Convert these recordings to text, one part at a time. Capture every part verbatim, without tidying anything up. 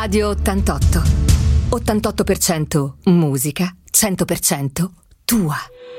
Radio ottantotto. ottantotto per cento musica, cento per cento tua.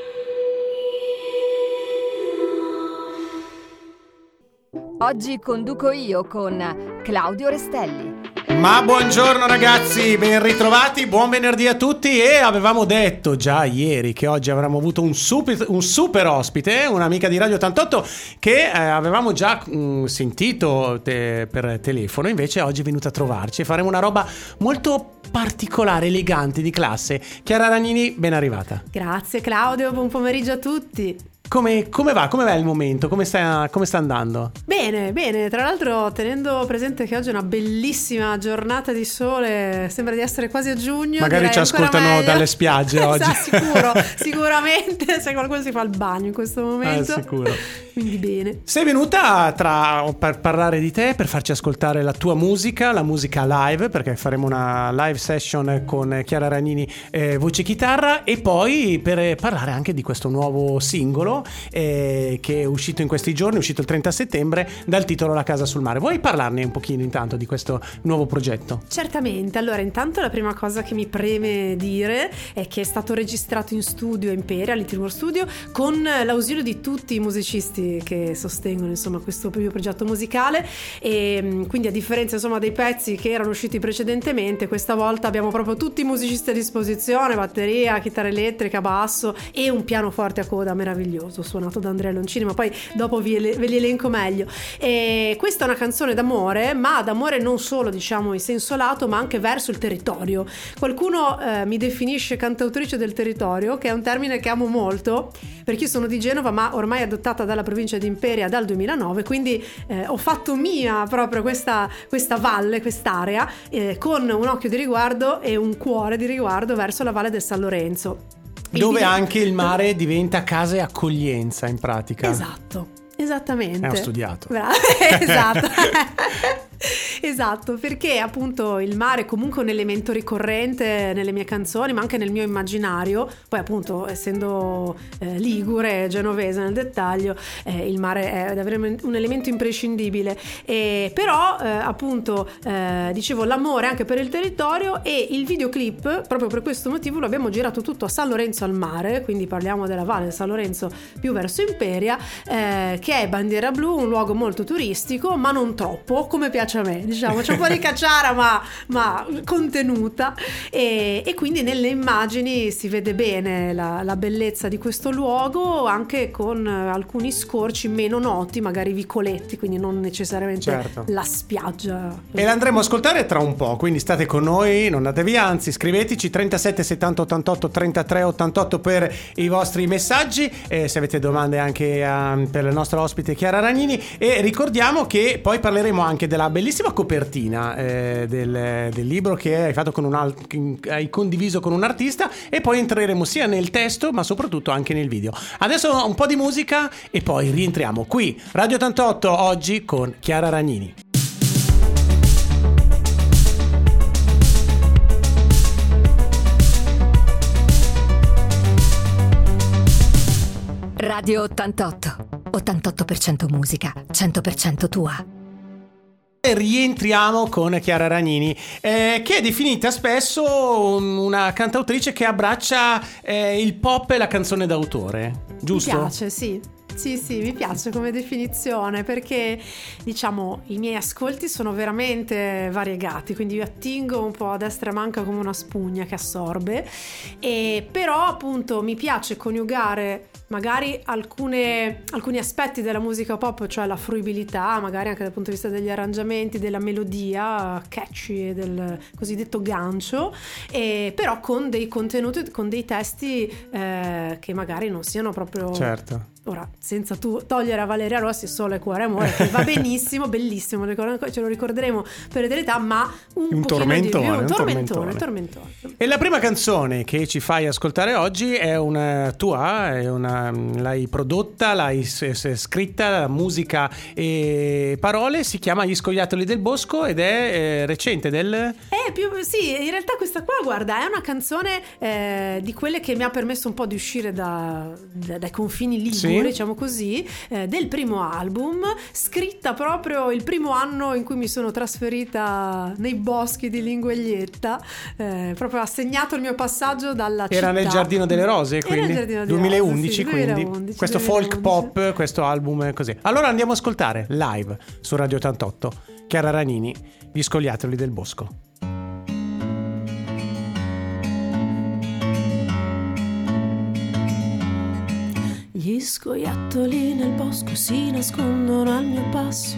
Oggi conduco io con Claudio Restelli. Ma buongiorno ragazzi, ben ritrovati, buon venerdì a tutti. E avevamo detto già ieri che oggi avremmo avuto un super, un super ospite, un'amica di Radio ottantotto che eh, avevamo già mh, sentito te, per telefono. Invece oggi è venuta a trovarci e faremo una roba molto particolare, elegante, di classe. Chiara Ragnini, ben arrivata. Grazie Claudio, buon pomeriggio a tutti. Come, come va? Come va il momento? Come sta, come sta andando? Bene, bene. Tra l'altro, tenendo presente che oggi è una bellissima giornata di sole, sembra di essere quasi a giugno. Magari ci ascoltano meglio dalle spiagge oggi. Esatto, sicuro, sicuramente. Se qualcuno si fa il bagno in questo momento. Ah, sicuro. Quindi bene. Sei venuta tra, per parlare di te, per farci ascoltare la tua musica, la musica live, perché faremo una live session con Chiara Ragnini, eh, voce e chitarra, e poi per parlare anche di questo nuovo singolo eh, che è uscito in questi giorni, è uscito il trenta settembre, dal titolo La casa sul mare. Vuoi parlarne un pochino intanto di questo nuovo progetto? Certamente. Allora, intanto la prima cosa che mi preme dire è che è stato registrato in studio a Imperia, Little World Studio, con l'ausilio di tutti i musicisti che sostengono insomma questo primo progetto musicale, e quindi a differenza insomma dei pezzi che erano usciti precedentemente, questa volta abbiamo proprio tutti i musicisti a disposizione: batteria, chitarra elettrica, basso e un pianoforte a coda meraviglioso suonato da Andrea Loncini, ma poi dopo vi ele- ve li elenco meglio. E questa è una canzone d'amore, ma d'amore non solo diciamo in senso lato, ma anche verso il territorio. Qualcuno eh, mi definisce cantautrice del territorio, che è un termine che amo molto perché io sono di Genova, ma ormai adottata dalla provincia di Imperia dal duemilanove, quindi eh, ho fatto mia proprio questa, questa valle, quest'area, eh, con un occhio di riguardo e un cuore di riguardo verso la valle del San Lorenzo, dove video... anche il mare diventa casa e accoglienza in pratica. Esatto, esattamente. Eh, ho studiato. Bravo, esatto. Esatto, perché appunto il mare è comunque un elemento ricorrente nelle mie canzoni, ma anche nel mio immaginario. Poi appunto, essendo eh, ligure, genovese nel dettaglio, eh, il mare è davvero un elemento imprescindibile. E, però eh, appunto eh, dicevo, l'amore anche per il territorio, e il videoclip proprio per questo motivo lo abbiamo girato tutto a San Lorenzo al Mare, quindi parliamo della valle del San Lorenzo più verso Imperia, eh, che è bandiera blu, un luogo molto turistico, ma non troppo, come piace a me, diciamo. C'è un po' di cacciara ma, ma contenuta, e, e quindi nelle immagini si vede bene la, la bellezza di questo luogo, anche con alcuni scorci meno noti, magari vicoletti, quindi non necessariamente certo. La spiaggia. E l'andremo a ascoltare tra un po', quindi state con noi, non andate via, anzi scriveteci trentasette settanta ottantotto trentatré ottantotto per i vostri messaggi, e se avete domande anche uh, per il nostro ospite Chiara Ragnini. E ricordiamo che poi parleremo anche della bellissima copertina eh, del, del libro che hai fatto con un al- hai condiviso con un artista, e poi entreremo sia nel testo ma soprattutto anche nel video. Adesso un po' di musica e poi rientriamo qui Radio ottantotto oggi con Chiara Ragnini. Radio ottantotto. ottantotto per cento musica, cento per cento tua. E rientriamo con Chiara Ragnini, eh, che è definita spesso una cantautrice che abbraccia eh, il pop e la canzone d'autore, giusto? Mi piace, sì. Sì, sì, mi piace come definizione, perché diciamo i miei ascolti sono veramente variegati, quindi io attingo un po' a destra e a manca come una spugna che assorbe, e però appunto mi piace coniugare magari alcune, alcuni aspetti della musica pop, cioè la fruibilità, magari anche dal punto di vista degli arrangiamenti, della melodia catchy e del cosiddetto gancio, e però con dei contenuti, con dei testi eh, che magari non siano proprio... Certo. Ora, senza tu togliere a Valeria Rossi Sole, Cuore e Amore, che va benissimo, bellissimo, ce lo ricorderemo per l'eternità, ma un, un pochino tormentone, di più, un un tormentone, tormentone. tormentone. E la prima canzone che ci fai ascoltare oggi è una tua, è una, l'hai prodotta, l'hai s- s- scritta, la musica e parole, si chiama Gli scoiattoli del bosco ed è eh, recente del... Eh, più, sì, in realtà questa qua, guarda, è una canzone eh, di quelle che mi ha permesso un po' di uscire da, da, dai confini liguri. sì. diciamo così, eh, del primo album, scritta proprio il primo anno in cui mi sono trasferita nei boschi di Linguaglietta, eh, proprio ha segnato il mio passaggio dalla Era città. Nel Giardino delle Rose, quindi Era nel Giardino delle duemilaundici, Rose, sì, quindi duemilaundici, questo duemilaundici. folk pop, questo album è così. Allora andiamo a ascoltare live su Radio ottantotto Chiara Ranini, Gli scoiattoli del bosco. Gli scoiattoli nel bosco si nascondono al mio passo.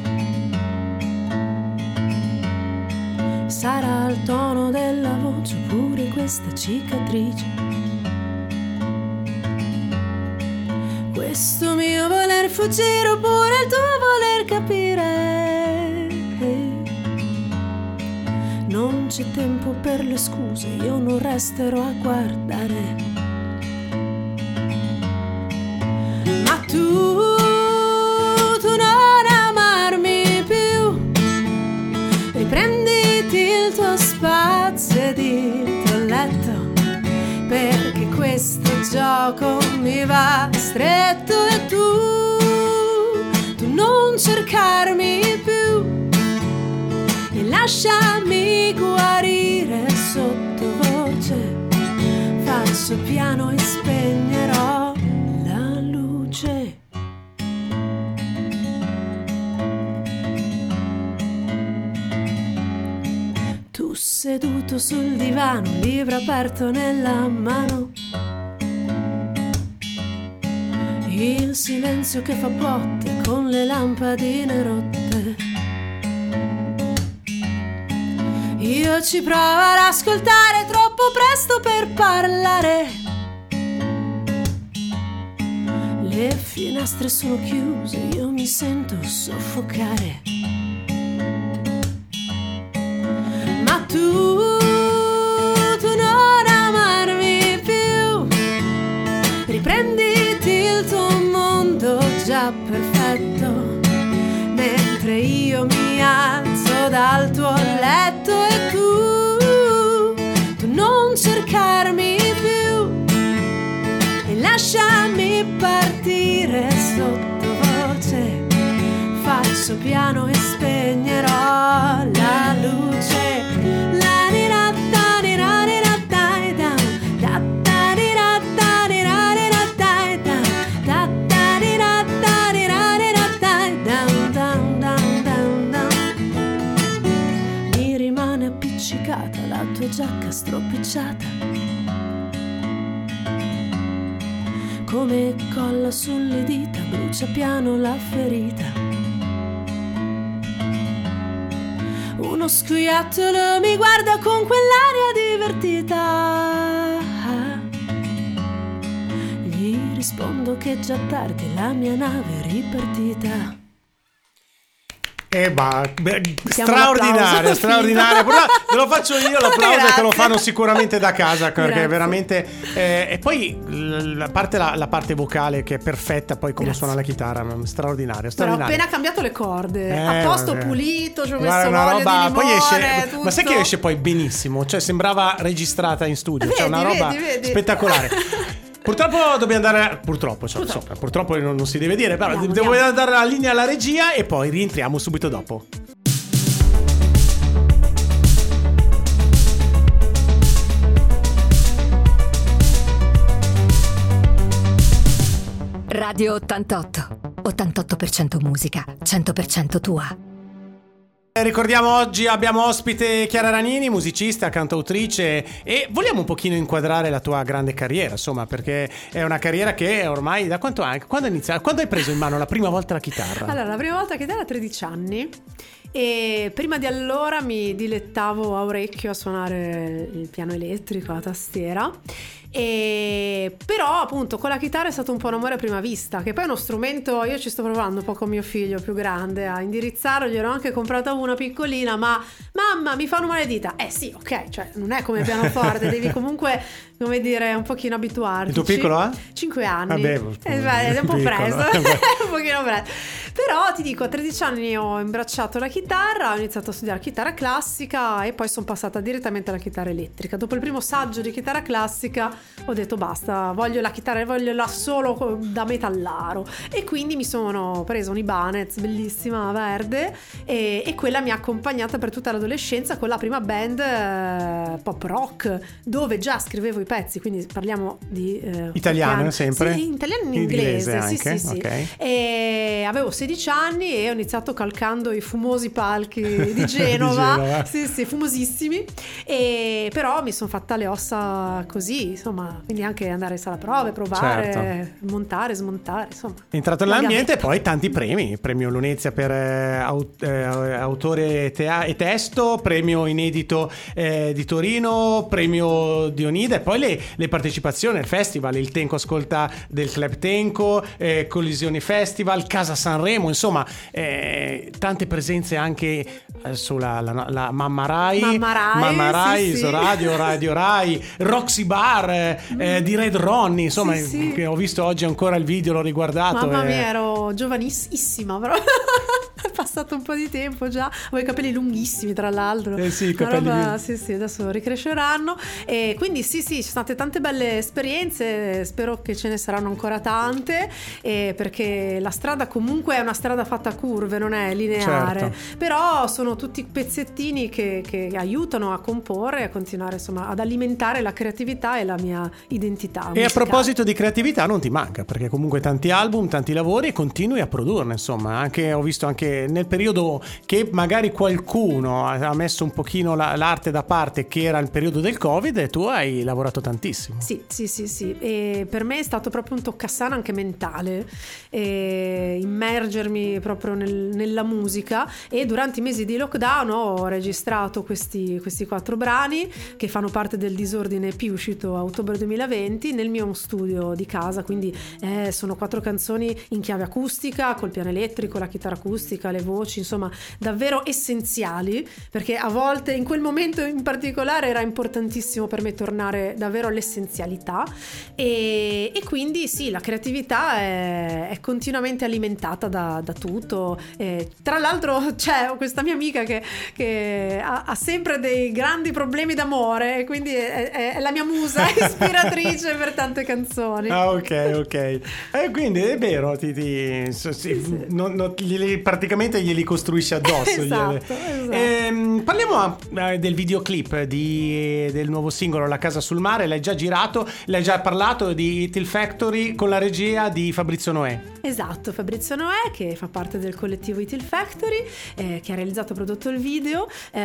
Sarà il tono della voce oppure questa cicatrice, questo mio voler fuggire oppure il tuo voler capire. Non c'è tempo per le scuse, io non resterò a guardare. Tu, tu non amarmi più, riprenditi il tuo spazio ed il tuo letto, perché questo gioco mi va stretto e tu, tu non cercarmi più e lasciami guarire sottovoce, faccio piano e spegnerò. Tu seduto sul divano, libro aperto nella mano, il silenzio che fa botte con le lampadine rotte. Io ci provo ad ascoltare, troppo presto per parlare. Le finestre sono chiuse, io mi sento soffocare. Ma tu, tu non amarmi più, riprenditi il tuo mondo già perfetto, mentre io mi alzo dal tuo letto e tu, tu non cercarmi più e lasciami partire sottovoce, faccio piano e spegnerò la luce. La di da da di da di da dai da da da di da da di da di da dai da da da di da da di da di da dai down down down down down. Mi rimane appiccicata la tua giacca stropicciata, come colla sulle dita, brucia piano la ferita. Uno scoiattolo mi guarda con quell'aria divertita. Gli rispondo che è già tardi, la mia nave è ripartita. Eh bah, beh, Siamo straordinario, l'applauso. straordinario. Però te lo faccio io l'applauso, Grazie. te lo fanno sicuramente da casa, perché Grazie. veramente eh, e poi la parte, la, la parte vocale che è perfetta, poi come Grazie. suona la chitarra, straordinario, Però ho straordinario. appena cambiato le corde, Eh, a posto vabbè. pulito, ci ho Guarda, messo una l'olio roba, di poi limone, esce, tutto. ma sai che esce poi benissimo, cioè sembrava registrata in studio, Vedi, cioè una roba vedi, vedi. spettacolare. Purtroppo dobbiamo andare. Purtroppo, cioè, Purtroppo. insomma, purtroppo non, non si deve dire, però Andiamo, devo andiamo. dare la linea alla regia e poi rientriamo subito dopo. Radio ottantotto. ottantotto per cento musica, cento per cento tua. Eh, Ricordiamo oggi abbiamo ospite Chiara Ranini, musicista, cantautrice, e vogliamo un pochino inquadrare la tua grande carriera, insomma, perché è una carriera che ormai da quanto anche quando hai iniziato, quando hai preso in mano la prima volta la chitarra? Allora, la prima volta che era a tredici anni e prima di allora mi dilettavo a orecchio a suonare il piano elettrico, la tastiera. E però appunto con la chitarra è stato un po' un amore a prima vista, che poi è uno strumento, io ci sto provando un po' con mio figlio più grande a indirizzarlo, gli ero anche comprata una piccolina, ma, ma mamma mi fanno male le dita. Eh sì, ok, cioè non è come pianoforte, devi comunque, come dire, un pochino abituarti. Il tuo piccolo ha? cinque anni. Vabbè, eh, è un po' piccolo. presto, un pochino presto. Però ti dico, a tredici anni ho imbracciato la chitarra, ho iniziato a studiare chitarra classica e poi sono passata direttamente alla chitarra elettrica. Dopo il primo saggio di chitarra classica ho detto basta, voglio la chitarra, voglio la solo da metallaro, e quindi mi sono presa un Ibanez bellissima verde e, e quella mi ha accompagnata per tutta l'adolescenza con la prima band eh, pop rock, dove già scrivevo i pezzi, quindi parliamo di eh, italiano sempre? Sì, italiano in inglese, inglese sì, anche? sì, sì. Okay. E avevo sedici anni e ho iniziato calcando i fumosi palchi di Genova, di Genova. Sì, sì, fumosissimi, e però mi sono fatta le ossa così, insomma, quindi anche andare in sala prove, provare, certo. montare, smontare, insomma. È entrato nell'ambiente e poi tanti premi, premio Lunezia per eh, aut- eh, autore tea- e testo, premio inedito eh, di Torino, premio Dionida, e poi le, le partecipazioni al festival, il Tenco Ascolta del Club Tenco, eh, Collisioni Festival, Casa Sanremo, insomma eh, tante presenze anche eh, sulla la, la Mamma Rai, Mamma Rai, Mamma Rai, sì, sì. Radio, Radio Rai, Roxy Bar eh, mm. eh, di Red Ronnie, insomma, sì, sì. Che ho visto oggi ancora il video, l'ho riguardato. Mamma e... mia, ero giovanissima, però è passato un po' di tempo già. Ho i capelli lunghissimi, tra l'altro. Eh sì, i capelli roba, sì, sì, adesso ricresceranno. E quindi sì, sì, ci sono state tante belle esperienze. Spero che ce ne saranno ancora tante, eh, perché la strada comunque è una strada fatta a curve, non è lineare. Certo. Però sono tutti pezzettini che, che aiutano a comporre e a continuare, insomma, ad alimentare la creatività e la mia identità E musicale. a proposito di creatività, non ti manca, perché comunque tanti album, tanti lavori, e continui a produrne, insomma. Anche ho visto anche nel periodo che magari qualcuno ha messo un pochino la, l'arte da parte, che era il periodo del Covid, e tu hai lavorato tantissimo. Sì, sì, sì, sì. E per me è stato proprio un toccasana anche mentale, e immergermi proprio nel, nella musica, e durante i mesi di lockdown ho registrato questi, questi quattro brani che fanno parte del Disordine E P, uscito a ottobre duemilaventi nel mio studio di casa, quindi eh, sono quattro canzoni in chiave acustica, col piano elettrico, la chitarra acustica, le voci, insomma davvero essenziali, perché a volte in quel momento in particolare era importantissimo per me tornare davvero all'essenzialità, e, e quindi sì, la creatività è, è continuamente alimentata da, da tutto. E, tra l'altro c'è questa mia amica che, che ha, ha sempre dei grandi problemi d'amore, e quindi è, è, è la mia musa ispiratrice per tante canzoni. Ah, ok, ok. E eh, quindi è vero, ti, ti, sì, sì, sì. Non, non, glieli, praticamente glieli costruisci addosso. Esatto, esatto. Ehm, parliamo eh, del videoclip di, del nuovo singolo La Casa sul Mare. L'hai già girato, l'hai già parlato di Hill Factory con la regia di Fabrizio Noè. Esatto, Fabrizio Noè, che fa parte del collettivo Hill Factory, eh, che ha realizzato e prodotto il video. Eh,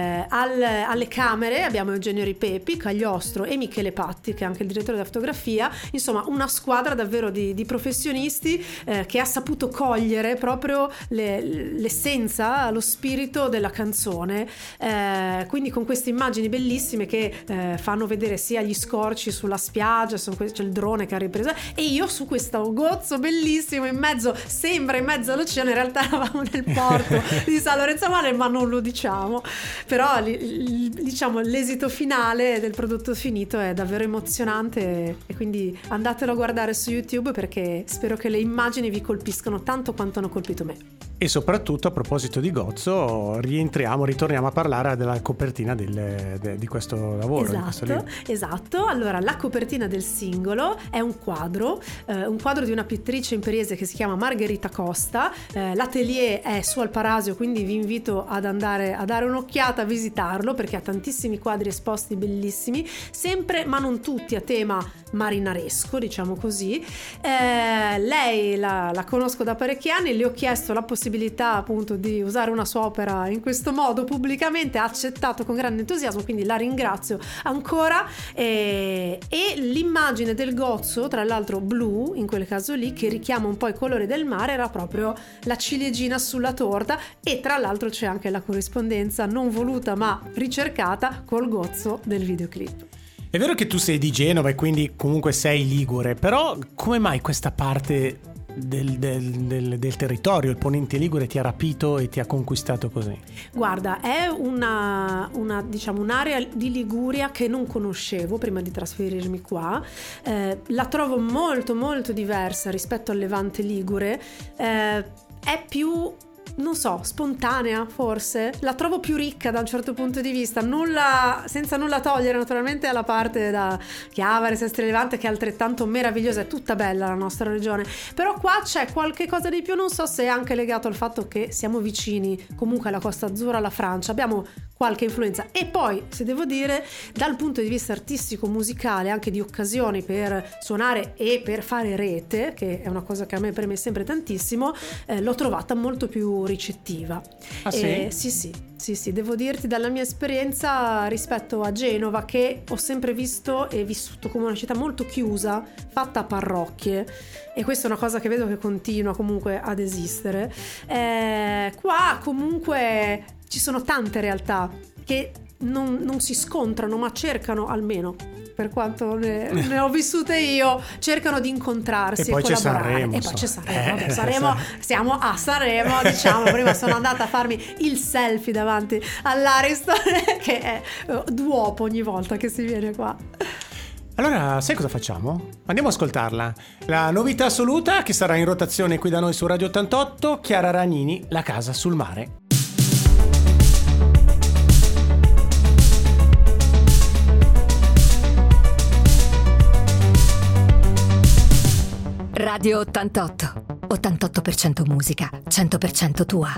al, alle camere abbiamo Eugenio Ripepi, Cagliostro e Michele Patti, che è anche il direttore della fotografia. Insomma, una squadra davvero di, di professionisti eh, che ha saputo cogliere proprio le, l'essenza, lo spirito della canzone, eh, quindi con queste immagini bellissime che eh, fanno vedere sia gli scorci sulla spiaggia, c'è il drone che ha ripreso, e io su questo gozzo bellissimo in mezzo, sembra in mezzo all'oceano, in realtà eravamo nel porto di San Lorenzo Mare, ma non lo diciamo. Però diciamo l'esito finale del prodotto finito è davvero emozionante, e quindi andatelo a guardare su YouTube, perché spero che le immagini vi colpiscano tanto quanto hanno colpito me. E soprattutto, a proposito di Gozzo, rientriamo, ritorniamo a parlare della copertina del, de, di questo lavoro. Esatto, questo esatto. Allora, la copertina del singolo è un quadro, eh, un quadro di una pittrice imperiese che si chiama Margherita Costa. Eh, l'atelier è su al Parasio, quindi vi invito ad andare a dare un'occhiata, a visitarlo, perché ha tantissimi quadri esposti bellissimi, sempre, ma non tutti, a tema marinaresco, diciamo così. Eh, lei la, la conosco da parecchi anni, le ho chiesto la possibilità appunto di usare una sua opera in questo modo pubblicamente, ha accettato con grande entusiasmo, quindi la ringrazio ancora. E, e l'immagine del gozzo, tra l'altro blu in quel caso lì, che richiama un po' i colori del mare, era proprio la ciliegina sulla torta, e tra l'altro c'è anche la corrispondenza non voluta ma ricercata col gozzo del videoclip. È vero che tu sei di Genova e quindi comunque sei ligure, però come mai questa parte del, del, del, del territorio, il Ponente Ligure ti ha rapito e ti ha conquistato così? Guarda, è una, una diciamo un'area di Liguria che non conoscevo prima di trasferirmi qua. Eh, la trovo molto molto diversa rispetto al Levante Ligure. Eh, è più, non so, spontanea forse, la trovo più ricca da un certo punto di vista, nulla, senza nulla togliere naturalmente alla parte da Chiavari, Sestri Levante, che è altrettanto meravigliosa, è tutta bella la nostra regione, però qua c'è qualche cosa di più, non so se è anche legato al fatto che siamo vicini comunque alla Costa Azzurra, alla Francia, abbiamo qualche influenza. E poi, se devo dire, dal punto di vista artistico, musicale, anche di occasioni per suonare e per fare rete, che è una cosa che a me preme sempre tantissimo, eh, l'ho trovata molto più ricettiva. Ah, e, sì? sì, sì, sì, sì, devo dirti dalla mia esperienza rispetto a Genova, che ho sempre visto e vissuto come una città molto chiusa, fatta a parrocchie, e questa è una cosa che vedo che continua comunque ad esistere. Eh, qua comunque ci sono tante realtà che non, non si scontrano, ma cercano, almeno per quanto ne, ne ho vissute io, cercano di incontrarsi e, poi e collaborare. C'è Sanremo, e poi c'è Sanremo, eh, vabbè, Sanremo, siamo a Sanremo, diciamo. Prima sono andata a farmi il selfie davanti all'Ariston, che è uh, duopo ogni volta che si viene qua. Allora, sai cosa facciamo? Andiamo ad ascoltarla. La novità assoluta che sarà in rotazione qui da noi su Radio ottantotto, Chiara Ragnini, La casa sul mare. Radio ottantotto, ottantotto per cento musica, cento per cento tua.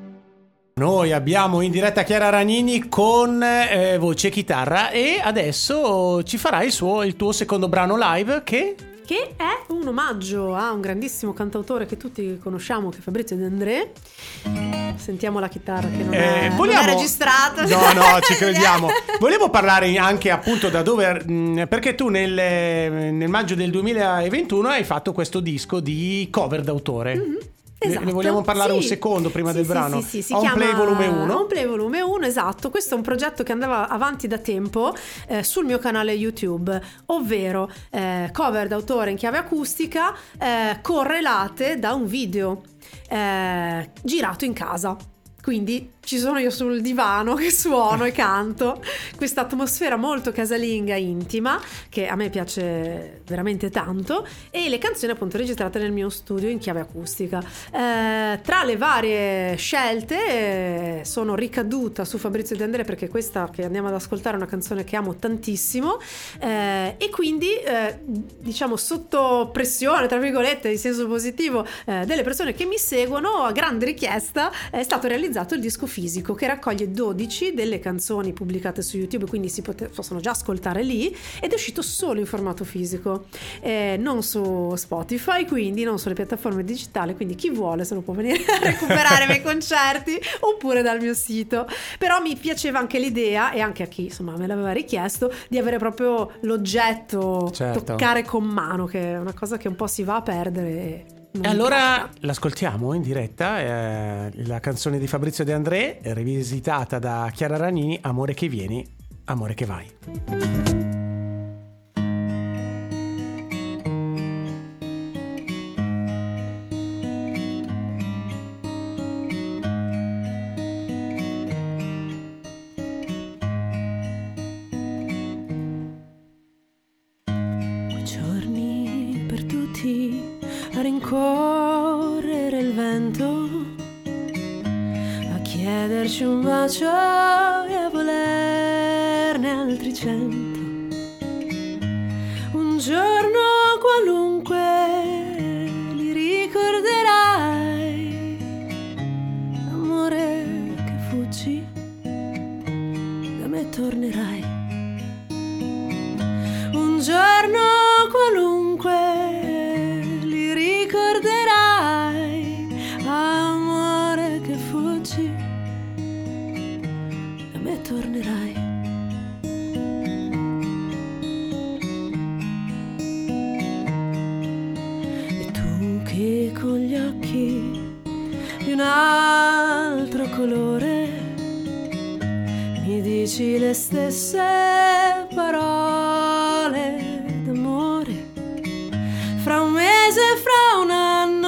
Noi abbiamo in diretta Chiara Ragnini con eh, voce e chitarra, e adesso ci farà il, suo, il tuo secondo brano live che... che è un omaggio a un grandissimo cantautore che tutti conosciamo, che è Fabrizio De André. Sentiamo la chitarra che non, eh, è, vogliamo... non è registrata. No, no, ci crediamo. Volevo parlare anche appunto da dove, mh, perché tu nel, nel maggio del duemilaventuno hai fatto questo disco di cover d'autore. Mm-hmm. Esatto. Ne vogliamo parlare sì. un secondo prima sì, del sì, brano? Sì, sì, si On chiama Play volume uno. On Play volume uno, esatto. Questo è un progetto che andava avanti da tempo eh, sul mio canale YouTube, ovvero eh, cover d'autore in chiave acustica eh, correlate da un video eh, girato in casa. Quindi ci sono io sul divano che suono e canto, questa atmosfera molto casalinga, intima, che a me piace veramente tanto, e le canzoni appunto registrate nel mio studio in chiave acustica. Eh, tra le varie scelte eh, sono ricaduta su Fabrizio De André, perché questa che andiamo ad ascoltare è una canzone che amo tantissimo, eh, e quindi eh, diciamo sotto pressione, tra virgolette, in senso positivo, eh, delle persone che mi seguono, a grande richiesta è stato realizzato il disco fisico, che raccoglie dodici delle canzoni pubblicate su YouTube, quindi si pote- possono già ascoltare lì, ed è uscito solo in formato fisico, eh, non su Spotify, quindi non sulle piattaforme digitali, quindi chi vuole se lo può venire a recuperare ai miei concerti oppure dal mio sito. Però mi piaceva anche l'idea, e anche a chi insomma me l'aveva richiesto, di avere proprio l'oggetto, certo, toccare con mano, che è una cosa che un po' si va a perdere. E allora l'ascoltiamo in diretta, eh, la canzone di Fabrizio De André, rivisitata da Chiara Ragnini, Amore che vieni, amore che vai. Quei giorni perduti a rincorrere il vento, a chiederci un bacio e a volerne altri cento. Un giorno qualunque li ricorderai, amore che fuggi, da me tornerai. Un giorno qualunque tornerai. E tu che con gli occhi di un altro colore mi dici le stesse parole d'amore, fra un mese, fra un anno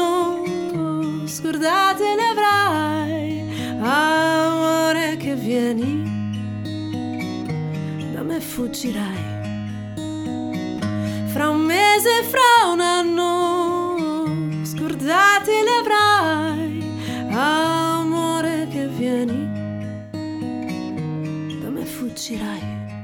fuggirai. Fra un mese, fra un anno, scordati le avrai. Amore che vieni, da me fuggirai.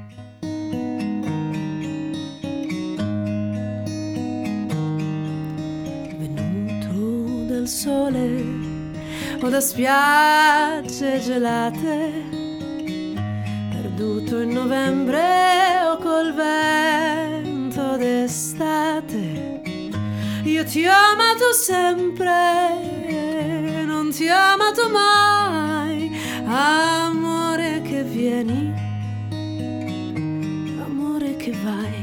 Venuto dal sole o da spiagge gelate, perduto in novembre o col vento d'estate, io ti ho amato sempre, non ti ho amato mai. Amore che vieni, amore che vai.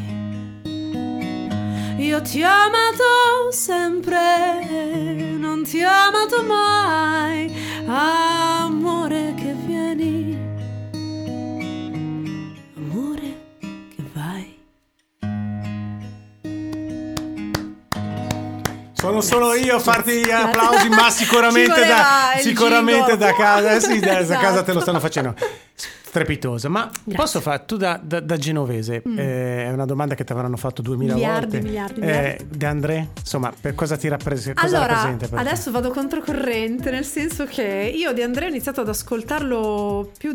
Io ti ho amato sempre, non ti ho amato mai. Amore che vieni, amore che vai. Sono solo io a farti gli applausi, ma sicuramente da, sicuramente da casa, sì, da, Esatto. da casa te lo stanno facendo. Strepitosa. Ma Grazie. posso fare, tu da, da, da genovese, Mm. eh, è una domanda che ti avranno fatto duemila Miliardi, volte. miliardi, Eh, miliardi. De André, insomma, per cosa ti rappresenta? Cosa Allora, rappresenta per te? adesso vado controcorrente, nel senso che io di Andrea ho iniziato ad ascoltarlo più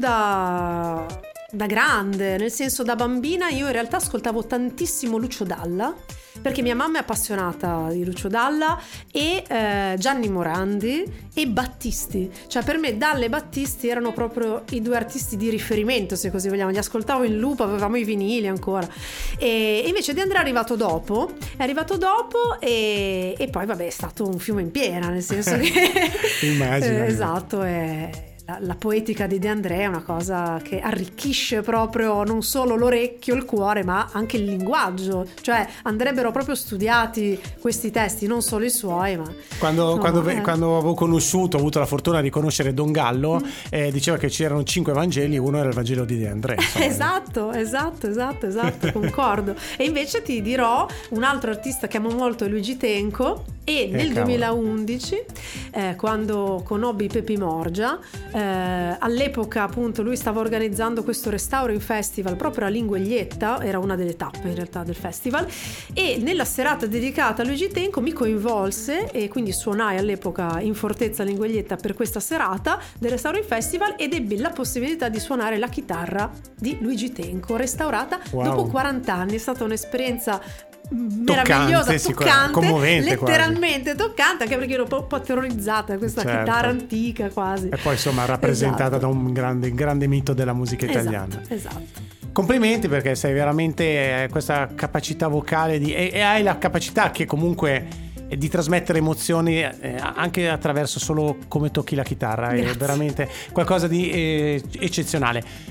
da, da grande, nel senso da bambina io in realtà ascoltavo tantissimo Lucio Dalla, perché mia mamma è appassionata di Lucio Dalla e eh, Gianni Morandi e Battisti, cioè per me Dalla e Battisti erano proprio i due artisti di riferimento, se così vogliamo. Li ascoltavo in loop, avevamo i vinili ancora, e e invece De André è arrivato dopo è arrivato dopo e, e poi vabbè è stato un fiume in piena, nel senso che Immagino. eh, esatto, è la, la poetica di De André è una cosa che arricchisce proprio non solo l'orecchio, il cuore, ma anche il linguaggio, cioè andrebbero proprio studiati questi testi, non solo i suoi, ma Quando, no, quando, eh. quando avevo conosciuto, ho avuto la fortuna di conoscere Don Gallo, Mm. eh, diceva che c'erano cinque Vangeli, uno era il Vangelo di De André. insomma. Esatto, esatto, esatto, esatto, concordo. E invece ti dirò un altro artista che amo molto è Luigi Tenco, e nel cavolo. duemilaundici eh, quando conobbi Pepi Morgia, eh, all'epoca appunto lui stava organizzando questo Restoring Festival proprio a Lingueglietta, era una delle tappe in realtà del festival, e nella serata dedicata a Luigi Tenco mi coinvolse e quindi suonai all'epoca in Fortezza Lingueglietta per questa serata del Restoring Festival ed ebbi la possibilità di suonare la chitarra di Luigi Tenco restaurata Wow. dopo quaranta anni. È stata un'esperienza meravigliosa, sicuramente, toccante, commovente quasi. letteralmente toccante, anche perché ero un po', un po' terrorizzata da questa Certo. chitarra antica quasi. E poi insomma rappresentata Esatto. da un grande, grande mito della musica italiana. Esatto, esatto. Complimenti, perché sei veramente eh, questa capacità vocale di, e, e hai la capacità che comunque è di trasmettere emozioni eh, anche attraverso solo come tocchi la chitarra. È Grazie. veramente qualcosa di eh, eccezionale.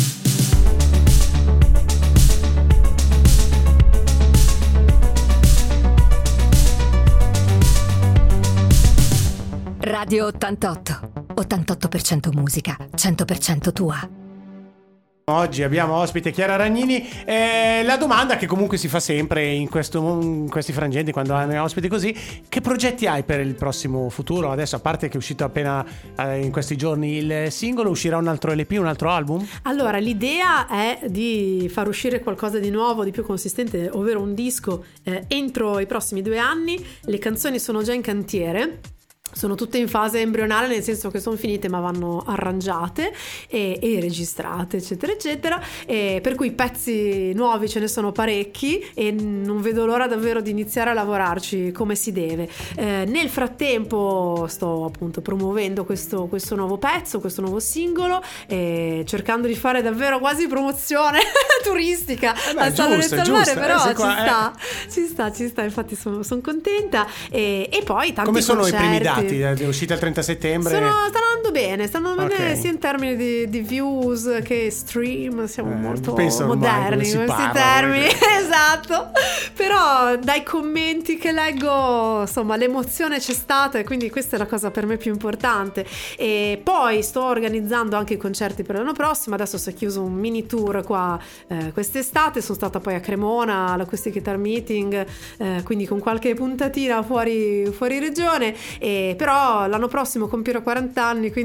Radio ottantotto. ottantotto per cento musica, cento per cento tua. Oggi abbiamo ospite Chiara Ragnini. Eh, la domanda che comunque si fa sempre in, questo, in questi frangenti quando hanno ospiti così: che progetti hai per il prossimo futuro? Adesso, a parte che è uscito appena eh, in questi giorni il singolo, uscirà un altro L P, un altro album? Allora, l'idea è di far uscire qualcosa di nuovo, di più consistente, ovvero un disco eh, entro i prossimi due anni. Le canzoni sono già in cantiere. Sono tutte in fase embrionale, nel senso che sono finite ma vanno arrangiate e, e registrate, eccetera eccetera, e per cui pezzi nuovi ce ne sono parecchi e non vedo l'ora davvero di iniziare a lavorarci come si deve. Eh, nel frattempo sto appunto promuovendo questo, questo nuovo pezzo, questo nuovo singolo, e cercando di fare davvero quasi promozione turistica Eh beh, al Salone giusto, del Mare, giusto, però eh, sei ci qua, eh. sta, ci sta, ci sta, infatti sono son contenta, e, e poi tanti Come sono concerti. i primi dati? È uscita il trenta settembre. Sono, stanno andando bene, stanno andando Ok. bene sia in termini di, di views che stream, siamo Eh, molto penso ormai moderni come si in questi parla, termini, perché- esatto, però dai commenti che leggo, insomma, l'emozione c'è stata e quindi questa è la cosa per me più importante. E poi sto organizzando anche i concerti per l'anno prossimo, adesso si è chiuso un mini tour qua eh, quest'estate, sono stata poi a Cremona all'Acoustic Guitar Meeting, eh, quindi con qualche puntatina fuori, fuori regione, e però l'anno prossimo compierò quaranta anni, quindi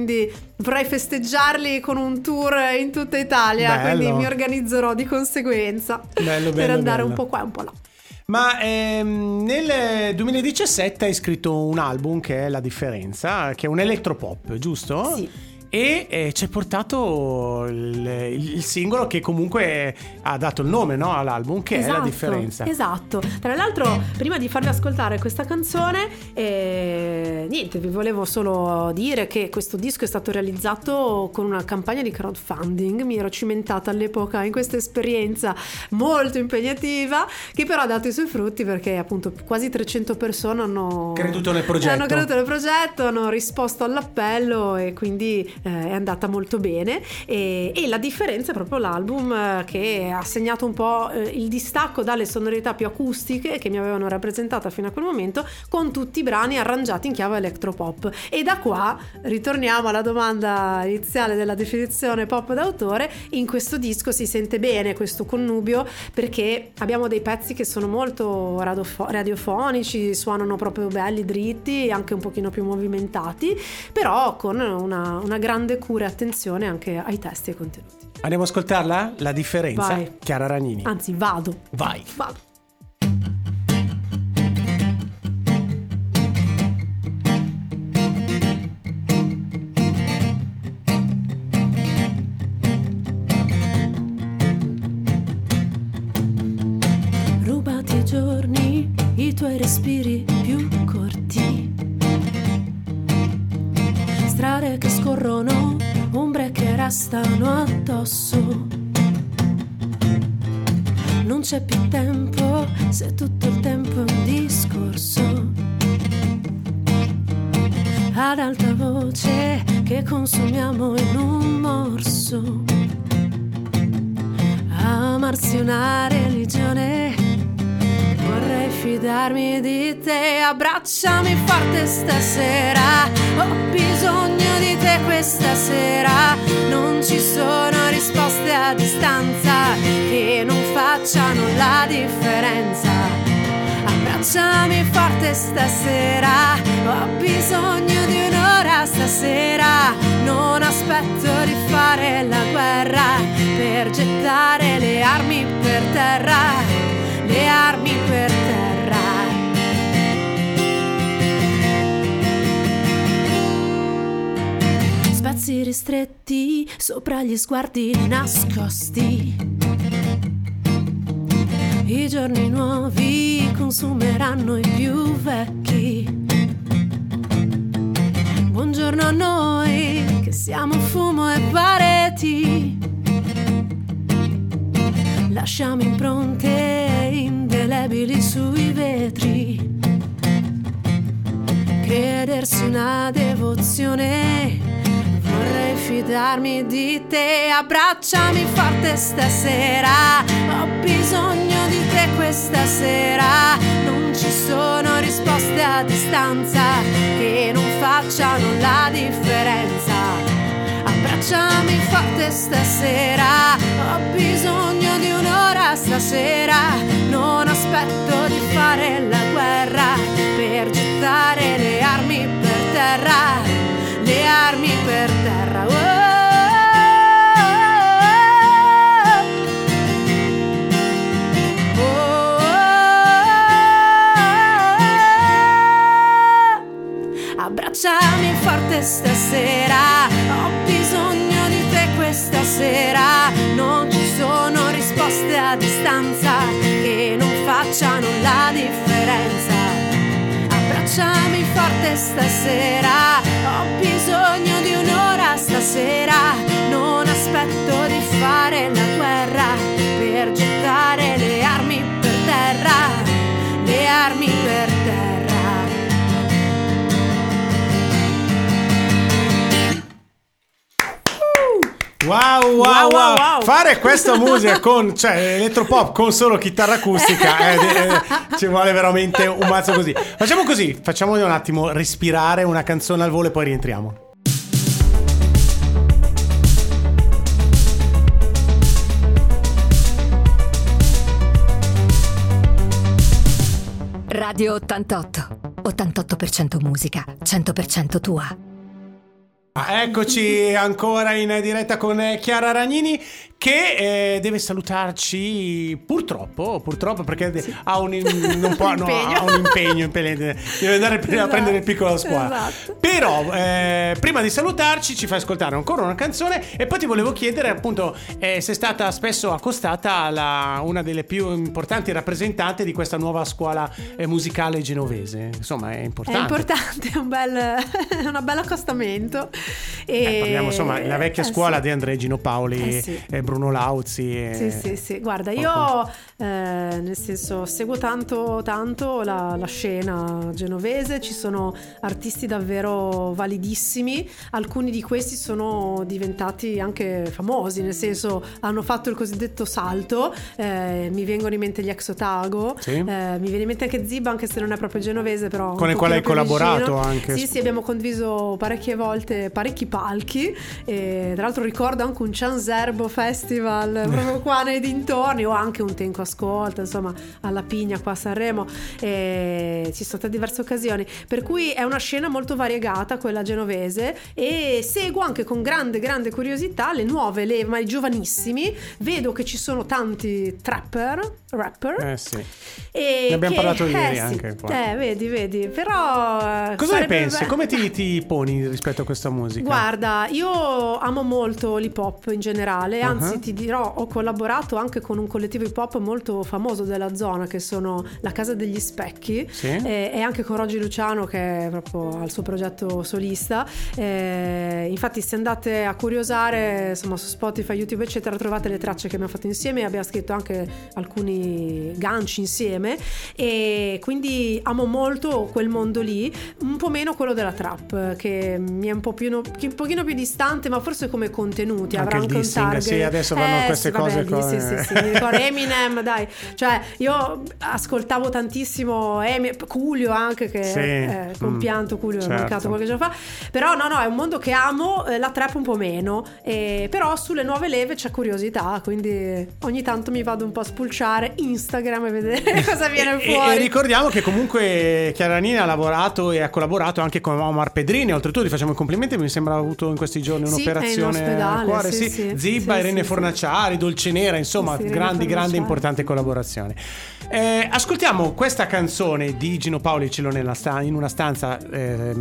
quindi vorrei festeggiarli con un tour in tutta Italia, bello. Quindi mi organizzerò di conseguenza bello, per bello, andare bello. un po' qua e un po' là. Ma ehm, nel duemiladiciassette hai scritto un album che è La Differenza, che è un elettropop, giusto? Sì. E eh, ci hai portato il, il singolo che comunque ha dato il nome, no, all'album, che esatto, è La Differenza. Esatto. Tra l'altro, prima di farvi ascoltare questa canzone, eh, niente, vi volevo solo dire che questo disco è stato realizzato con una campagna di crowdfunding. Mi ero cimentata all'epoca in questa esperienza molto impegnativa, che però ha dato i suoi frutti, perché appunto quasi trecento persone hanno creduto nel progetto. Hanno creduto nel progetto, hanno risposto all'appello e quindi Eh, è andata molto bene e, e La Differenza è proprio l'album eh, che ha segnato un po' eh, il distacco dalle sonorità più acustiche che mi avevano rappresentata fino a quel momento, con tutti i brani arrangiati in chiave electropop. E da qua ritorniamo alla domanda iniziale della definizione pop d'autore. In questo disco si sente bene questo connubio, perché abbiamo dei pezzi che sono molto radiofo- radiofonici, suonano proprio belli, dritti, anche un pochino più movimentati, però con una, una grande cura e attenzione anche ai testi e ai contenuti. Andiamo a ascoltarla? La Differenza. Vai. Chiara Ragnini. Anzi, vado. Vai. Vado. Rubati i giorni, i tuoi respiri più corti, strade che scorrono, ombre che restano addosso. Non c'è più tempo, se tutto il tempo è un discorso. Ad alta voce che consumiamo in un morso. Amarsi una religione, vorrei fidarmi di te. Abbracciami forte stasera, ho bisogno di te questa sera. Non ci sono risposte a distanza che non facciano la differenza. Abbracciami forte stasera, ho bisogno di un'ora stasera. Non aspetto di fare la guerra per gettare le armi per terra, le armi per terra. Spazi ristretti sopra gli sguardi nascosti. I giorni nuovi consumeranno i più vecchi. Buongiorno a noi che siamo fumo e pareti. Lasciamo impronte indelebili sui vetri. Credersi una devozione, vorrei fidarmi di te. Abbracciami forte stasera, ho bisogno di te questa sera. Non ci sono risposte a distanza che non facciano la differenza. Abbracciami forte stasera, ho bisogno di un'ora stasera. Non aspetto di fare la guerra per gettare le armi per terra, le armi per terra. Oh! Abbracciami forte stasera, ho bisogno di te questa sera. Non ci sono risposte a distanza che non facciano la differenza. Abbracciami forte stasera, ho bisogno di un'ora stasera. Non aspetto di fare la guerra per gettare le armi per terra, le armi per terra. Wow, wow, wow, wow. Fare questa musica con, cioè, elettropop con solo chitarra acustica eh, eh, ci vuole veramente un mazzo così. Facciamo così, facciamo un attimo respirare una canzone al volo e poi rientriamo. Radio ottantotto, ottantotto per cento musica, cento per cento tua. Eccoci ancora in diretta con Chiara Ragnini che eh, deve salutarci purtroppo, purtroppo perché sì. ha, un, non può, no, ha un impegno impellente, deve andare esatto. a prendere il piccolo a scuola. Esatto. Però eh, prima di salutarci ci fai ascoltare ancora una canzone e poi ti volevo chiedere appunto eh, se è stata spesso accostata alla una delle più importanti rappresentanti di questa nuova scuola eh, musicale genovese. Insomma è importante. È importante, è un bel, un bel accostamento. E... Eh, parliamo insomma la vecchia eh, scuola sì. di Andrea Gino Paoli, eh, sì. e Bruno Lauzi e... sì sì sì guarda io eh, nel senso seguo tanto tanto la, la scena genovese, ci sono artisti davvero validissimi, alcuni di questi sono diventati anche famosi, nel senso hanno fatto il cosiddetto salto, eh, mi vengono in mente gli Ex Otago, sì. eh, mi viene in mente anche Zib, anche se non è proprio genovese, però con il quale hai collaborato vicino. Anche sì sì abbiamo condiviso parecchie volte parecchi palchi e tra l'altro ricordo anche un Cianzerbo Festival proprio qua nei dintorni, o anche un Tenco Ascolta insomma alla Pigna qua a Sanremo, e ci sono state diverse occasioni, per cui è una scena molto variegata quella genovese e seguo anche con grande grande curiosità le nuove leve, ma i giovanissimi, vedo che ci sono tanti trapper rapper eh sì e ne abbiamo che, parlato ieri eh, anche sì, qua. eh vedi vedi però cosa ne pensi? Be- Come ti, ti poni rispetto a questa musica? Guarda, io amo molto l'hip hop in generale, anzi uh-huh. ti dirò, ho collaborato anche con un collettivo hip hop molto famoso della zona che sono la Casa degli Specchi, sì. e, e anche con Roggi Luciano che è proprio al suo progetto solista, e, infatti se andate a curiosare insomma su Spotify, YouTube eccetera trovate le tracce che abbiamo fatto insieme, abbiamo scritto anche alcuni ganci insieme e quindi amo molto quel mondo lì, un po' meno quello della trap che mi è un po' più un pochino più distante, ma forse come contenuti anche avrà il anche un dissing, target. sì, adesso vanno eh, queste sì, cose vabbè, con... sì, sì, sì, mi ricordo Eminem, dai, cioè io ascoltavo tantissimo Eminem, Coolio anche che sì. è eh, compianto, Coolio certo. è mancato qualche giorno fa, però no no è un mondo che amo, eh, la trap un po' meno, eh, però sulle nuove leve c'è curiosità, quindi ogni tanto mi vado un po' a spulciare Instagram e vedere cosa viene fuori. E, e ricordiamo che comunque Chiara Ragnini ha lavorato e ha collaborato anche con Omar Pedrini, oltretutto ti facciamo i complimenti, mi sembra ha avuto in questi giorni sì, un'operazione al cuore, sì, sì, sì, Zibba, sì, Irene sì, Fornaciari, Dolce Nera, insomma sì, grandi grandi importanti collaborazioni. Eh, ascoltiamo questa canzone di Gino Paoli, ce l'ho nella sta- in una stanza eh,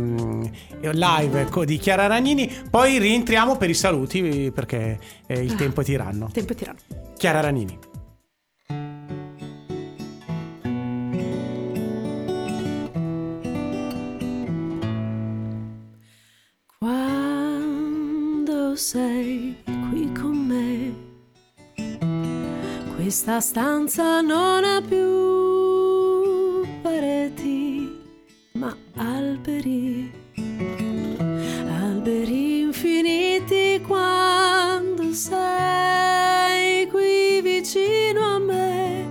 live di Chiara Ragnini, poi rientriamo per i saluti perché eh, il ah, tempo è tiranno. Tempo è tiranno. Chiara Ragnini. Quando sei qui con me, questa stanza non ha più pareti, ma alberi, alberi infiniti. Quando sei qui vicino a me,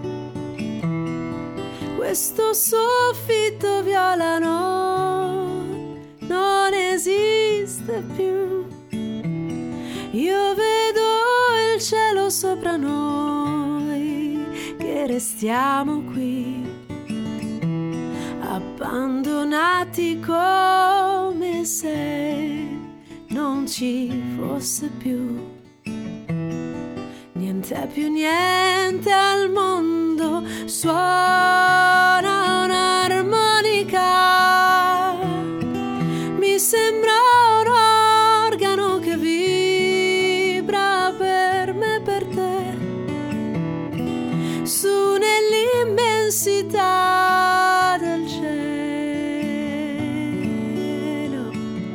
questo soffitto violano non esiste più. Io vedo il cielo sopra noi, che restiamo qui, abbandonati come se non ci fosse più niente più, niente al mondo. Suona un'armonica, mi sembra un organo che vibra per me, per te, su nell'immensità del cielo.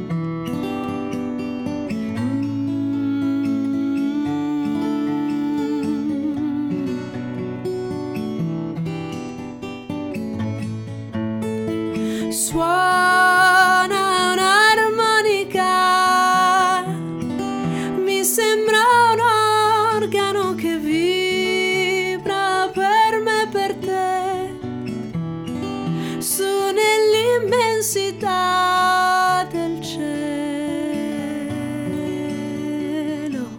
Mm. Suona un'armonica, mi sembra un organo che vibra per me, per te, su nell'immensità del cielo,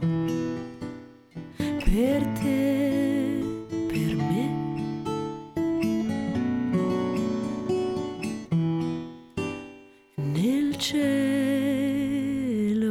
per te, per me. Nel cielo.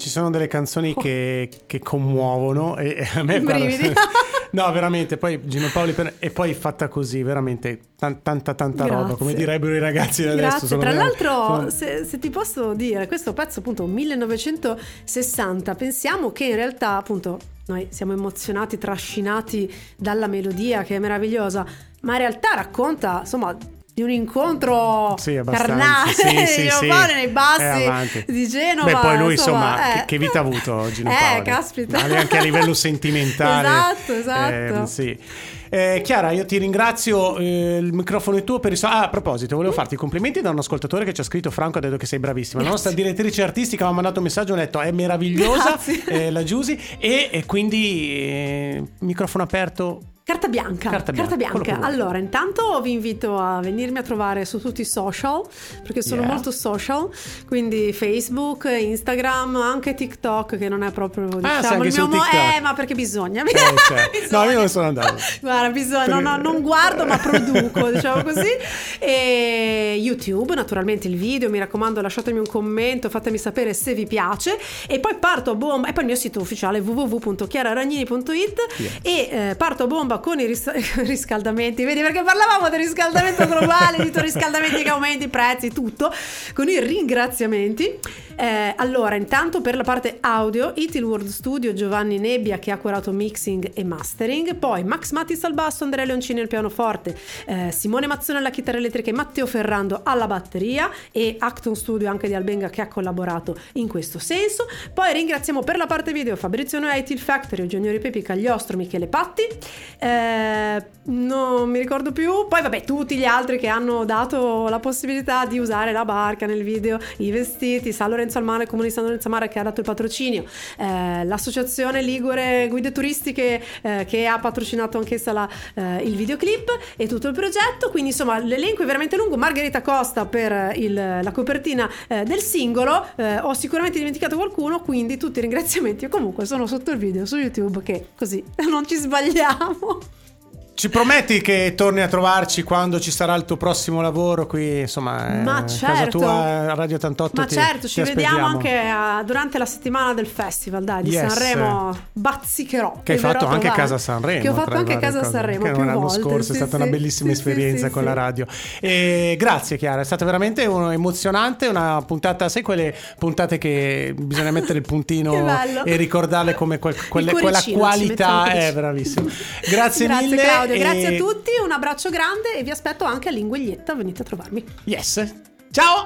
sono delle canzoni Oh. che, che commuovono e, e a me Brividi. no, veramente, poi Gino Paoli per- e poi fatta così, veramente tan- tanta tanta Grazie. roba, come direbbero i ragazzi da adesso. Grazie, sono tra veramente- l'altro sono- se, se ti posso dire, questo pezzo appunto millenovecentosessanta, pensiamo che in realtà appunto noi siamo emozionati, trascinati dalla melodia che è meravigliosa, ma in realtà racconta insomma di un incontro Sì, abbastanza. carnale Sì, sì, di Gino sì. Paoli nei È bassi avanti. di Genova. Beh, poi lui insomma, eh. che, che vita ha avuto Gino Eh, Paoli? caspita. Anche a livello sentimentale. Esatto, esatto. Eh, sì. Eh, Chiara, io ti ringrazio, eh, il microfono è tuo per il... Ah, a proposito, volevo farti i complimenti da un ascoltatore che ci ha scritto, Franco, ha detto che sei bravissima. La nostra direttrice artistica mi ha mandato un messaggio, mi ha detto è meravigliosa, Grazie. eh, la Giusy, e, e quindi eh, microfono aperto. Carta bianca, Carta bianca, carta quello che bianca. vuoi. Allora, intanto vi invito a venirmi a trovare su tutti i social, perché sono Yeah. molto social, quindi Facebook, Instagram, anche TikTok, che non è proprio sei diciamo anche il su mio mo- TikTok. eh, ma perché bisogna. Eh, certo. Bisogna. No, io non sono andato. Guarda, bisogna, Per- no, no, non guardo ma produco, diciamo così. E YouTube, naturalmente il video, mi raccomando, lasciatemi un commento, fatemi sapere se vi piace. E poi parto a bomba, e poi il mio sito ufficiale w w w punto chiararagnini punto it Yeah. e eh, parto a bomba con i ris- riscaldamenti, vedi, perché parlavamo del riscaldamento globale, di tutti i riscaldamenti che aumenti i prezzi, tutto, con i ringraziamenti. Eh, allora, intanto per la parte audio, Itil World Studio, Giovanni Nebbia che ha curato mixing e mastering, poi Max Mattis al basso, Andrea Leoncini al pianoforte, eh, Simone Mazzone alla chitarra elettrica e Matteo Ferrando alla batteria, e Acton Studio anche di Albenga che ha collaborato in questo senso. Poi ringraziamo per la parte video Fabrizio Noè, Itil Factory, Eugenio Ripepi, Cagliostro, Michele Patti, eh, non mi ricordo più, poi vabbè tutti gli altri che hanno dato la possibilità di usare la barca nel video, i vestiti, San Lorenzo al Mare, Comune di San Lorenzo al Mare che ha dato il patrocinio, eh, l'associazione Ligure Guide Turistiche eh, che ha patrocinato anch'essa la, eh, il videoclip e tutto il progetto, quindi insomma l'elenco è veramente lungo. Margherita Costa per il, la copertina eh, del singolo, eh, ho sicuramente dimenticato qualcuno, quindi tutti i ringraziamenti comunque sono sotto il video su YouTube, che così non ci sbagliamo. Ci prometti che torni a trovarci quando ci sarà il tuo prossimo lavoro qui, insomma, Ma eh, certo. casa tua a Radio ottantotto? Ma ti- certo, ti ci vediamo aspettiamo. anche eh, durante la settimana del festival, dai, di Yes. Sanremo. Bazzicherò. Che hai e verrò fatto a anche a trovare. casa Sanremo. Che ho fatto tra le anche a varie casa cose. Sanremo Che più l'anno volte. scorso sì, è stata sì. una bellissima Sì, sì, esperienza sì, con sì. la radio. E grazie Chiara, è stata veramente un- emozionante, una puntata, sai quelle puntate che bisogna mettere il Che puntino bello. e ricordarle come quel- quelle- quella cuoricino, ci mettiamo il qualità, cuoricino. è bravissimo. Grazie, Grazie mille. Claudio, e- grazie a tutti, un abbraccio grande e vi aspetto anche a Linguaglietta, venite a trovarmi. Yes. Ciao.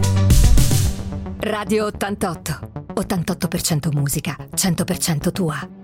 Radio ottantotto. ottantotto per cento musica, cento per cento tua.